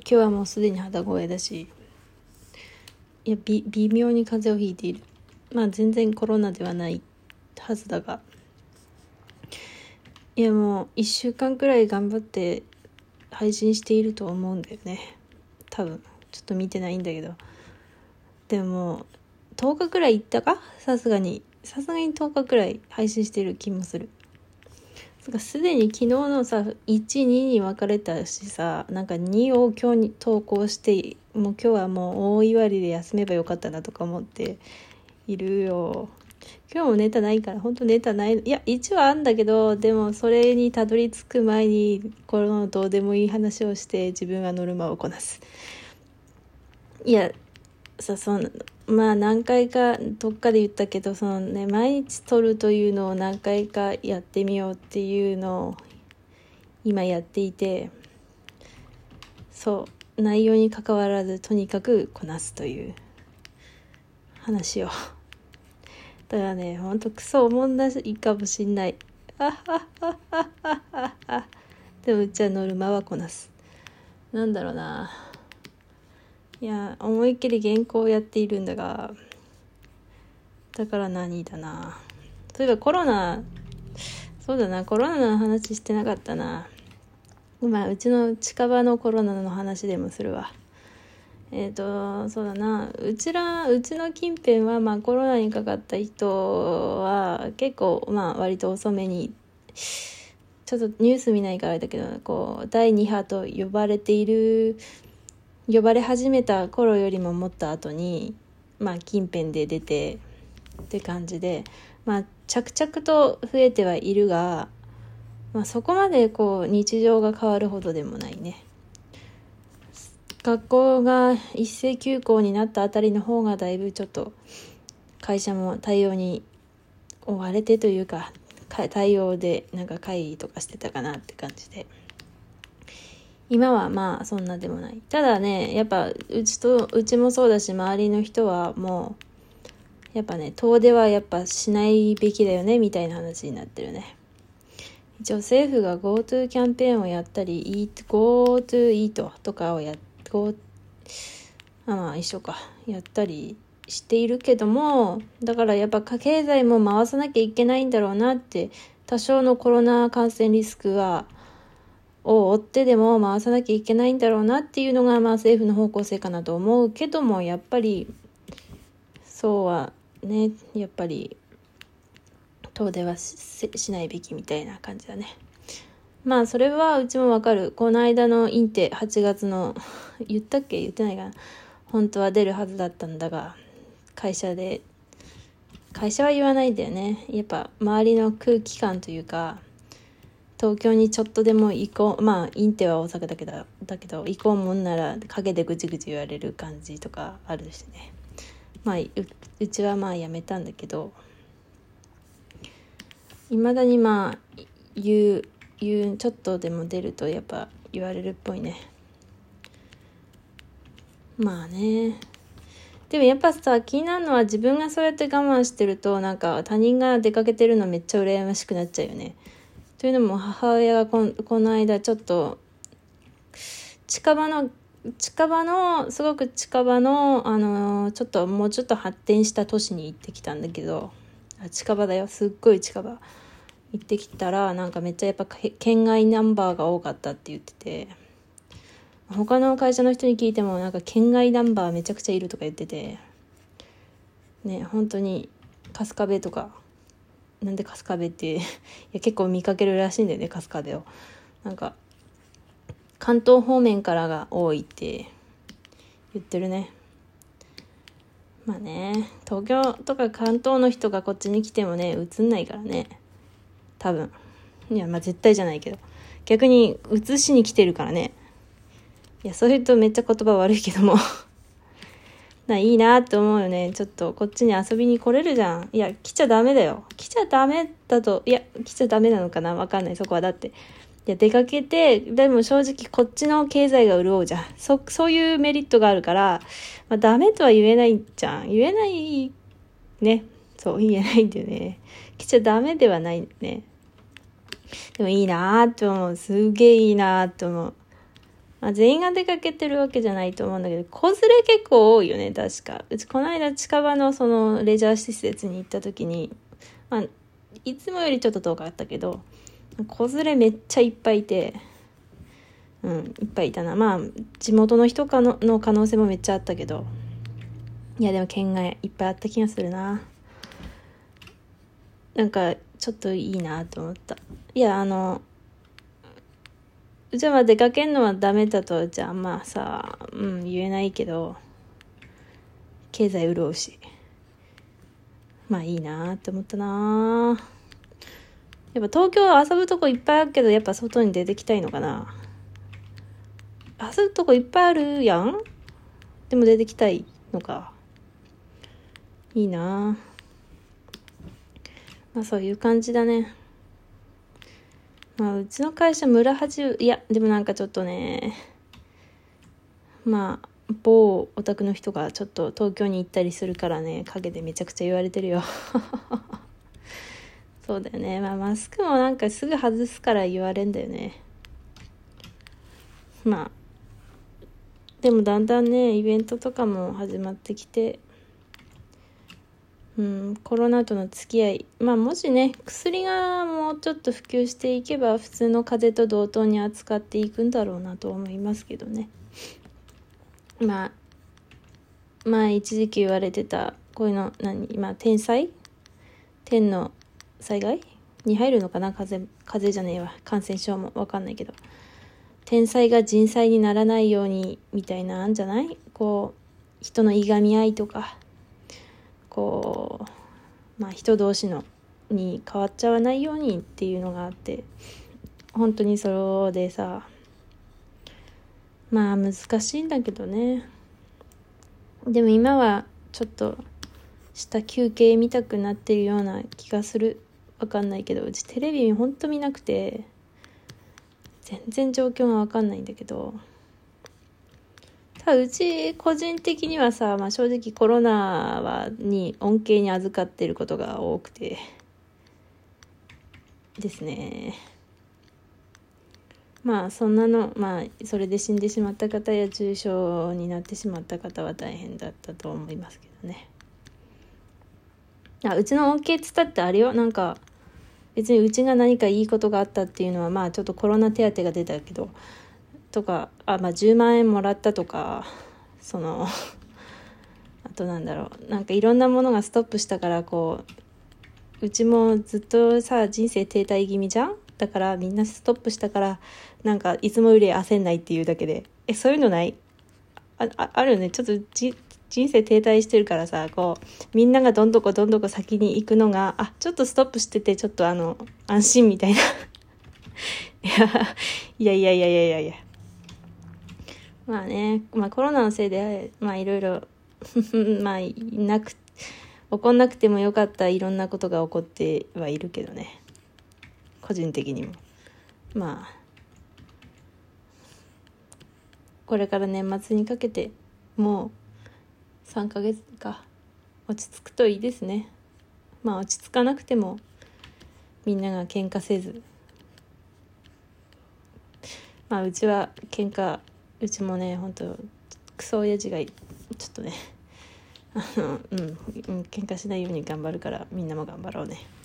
日はもうすでに肌声だし、いや微妙に風邪をひいている。まあ全然コロナではないはずだが、いやもう1週間くらい頑張って配信していると思うんだよね。多分ちょっと見てないんだけど、でも10日くらいいったか、さすがに10日くらい配信してる気もする。すでに昨日のさ1、2に分かれたしさ、なんか2を今日に投稿して、もう今日はもう大祝いで休めばよかったなとか思っているよ。今日もネタないから、本当ネタない。いや一応あんだけど、でもそれにたどり着く前にこのどうでもいい話をして自分はノルマをこなす。いやさ、まあ何回かどっかで言ったけど、毎日撮るというのを何回かやってみようっていうのを今やっていて、そう内容に関わらずとにかくこなすという話を。だからね、ほんとクソおもんないかもしんない。でもうちはノルマはこなす。なんだろうな、いや思いっきり原稿をやっているんだが、だから何だな、そういえばコロナの話してなかったな。まあうちの近場のコロナの話でもするわ。そうだな、うちの近辺はまあコロナにかかった人は結構まあ割と遅めに、ちょっとニュース見ないからあれだけど、こう第2波と呼ばれ始めた頃よりももっと後にまあ近辺で出てって感じで、まあ着々と増えてはいるが、まあそこまでこう日常が変わるほどでもないね。学校が一斉休校になったあたりの方がだいぶちょっと会社も対応に追われてというか、対応でなんか会議とかしてたかなって感じで、今はまあそんなでもない。ただね、やっぱうちもそうだし、周りの人はもうやっぱね、遠出はやっぱしないべきだよねみたいな話になってるね。一応政府が GoTo キャンペーンをやったり、GoTo イートとかをまあ一緒か、やったりしているけども、だからやっぱ経済も回さなきゃいけないんだろうなって、多少のコロナ感染リスクを追ってでも回さなきゃいけないんだろうなっていうのがまあ政府の方向性かなと思うけども、やっぱりそうはね、やっぱり遠出は しないべきみたいな感じだね。まあそれはうちもわかる。この間のインテ8月の言ったっけ、言ってないかな、本当は出るはずだったんだが、会社は言わないんだよね。やっぱ周りの空気感というか、東京にちょっとでも行こう、まあインテは大阪だけど行こうもんなら陰でぐちぐち言われる感じとかあるしね。まあうちはまあやめたんだけど、未だにまあちょっとでも出るとやっぱ言われるっぽいね。まあね、でもやっぱさ、気になるのは自分がそうやって我慢してると、なんか他人が出かけてるのめっちゃ羨ましくなっちゃうよね。というのも母親がこの間ちょっと近場のすごく近場のちょっともうちょっと発展した都市に行ってきたんだけど、近場だよ、すっごい近場行ってきたら、なんかめっちゃやっぱ県外ナンバーが多かったって言ってて、他の会社の人に聞いてもなんか県外ナンバーめちゃくちゃいるとか言っててね、本当に春日部とか、なんで春日部っていや結構見かけるらしいんだよね、春日部を。なんか関東方面からが多いって言ってるね。まあね、東京とか関東の人がこっちに来てもね、映んないからね、多分。いやまあ絶対じゃないけど、逆に映しに来てるからね。いやそういうとめっちゃ言葉悪いけどもいいなって思うよね。ちょっとこっちに遊びに来れるじゃん。いや来ちゃダメだよ。来ちゃダメなのかな、わかんない。そこはだって、いや出かけて、でも正直こっちの経済が潤うじゃん。そういうメリットがあるから、まあ、ダメとは言えないじゃん。言えないね。そう言えないんだよね。来ちゃダメではないね。でもいいなーって思う。すげえいいなーって思う。 まあ、全員が出かけてるわけじゃないと思うんだけど、子連れ結構多いよね、確か。うちこの間近場のそのレジャー施設に行った時に、まあ、いつもよりちょっと遠かったけど、子連れめっちゃいっぱいいて、いっぱいいたな。まあ、地元の人の可能性もめっちゃあったけど、いやでも県外いっぱいあった気がするな。なんかちょっといいなと思った。いやうちは出かけんのはダメだとじゃあまあさ、言えないけど、経済潤うし、まあいいなって思ったな。やっぱ東京は遊ぶとこいっぱいあるけど、やっぱ外に出てきたいのかな。遊ぶとこいっぱいあるやん。でも出てきたいのか。いいな。まあそういう感じだね。まあうちの会社村八、いやでもなんかちょっとね、まあ某オタクの人がちょっと東京に行ったりするからね、陰でめちゃくちゃ言われてるよ。そうだよね。まあマスクもなんかすぐ外すから言われんだよね。まあでもだんだんね、イベントとかも始まってきて、コロナとの付き合い、まあもしね、薬がもうちょっと普及していけば普通の風邪と同等に扱っていくんだろうなと思いますけどね。まあ一時期言われてたこういうの天の災害に入るのかな。風邪じゃねえわ、感染症も分かんないけど、天災が人災にならないようにみたいなあんじゃない。こう人のいがみ合いとか、こう人同士のに変わっちゃわないようにっていうのがあって、本当にそれでさ、まあ難しいんだけどね。でも今はちょっとした休憩見たくなってるような気がする。わかんないけど、うちテレビほんと見なくて全然状況がわかんないんだけど、ただうち個人的にはさ、正直コロナに恩恵に預かってることが多くてですね。そんなの、それで死んでしまった方や重症になってしまった方は大変だったと思いますけどね。うちの恩恵っつったってあれよ、なんか別にうちが何かいいことがあったっていうのは、ちょっとコロナ手当が出たけどとか、10万円もらったとか、あとなんかいろんなものがストップしたから、うちもずっとさ人生停滞気味じゃん。だからみんなストップしたから、なんかいつもより焦んないっていうだけで、そういうのない？あるよね。ちょっと人生停滞してるからさ、みんながどんどこ先に行くのがちょっとストップしてて、ちょっと安心みたいな。いやまあね、コロナのせいでいろいろ起こんなくてもよかったいろんなことが起こってはいるけどね、個人的にも。これから年末にかけてもう3ヶ月か、落ち着くといいですね。落ち着かなくてもみんなが喧嘩せず、うちはうちもね、本当クソ親父がちょっとね喧嘩しないように頑張るから、みんなも頑張ろうね。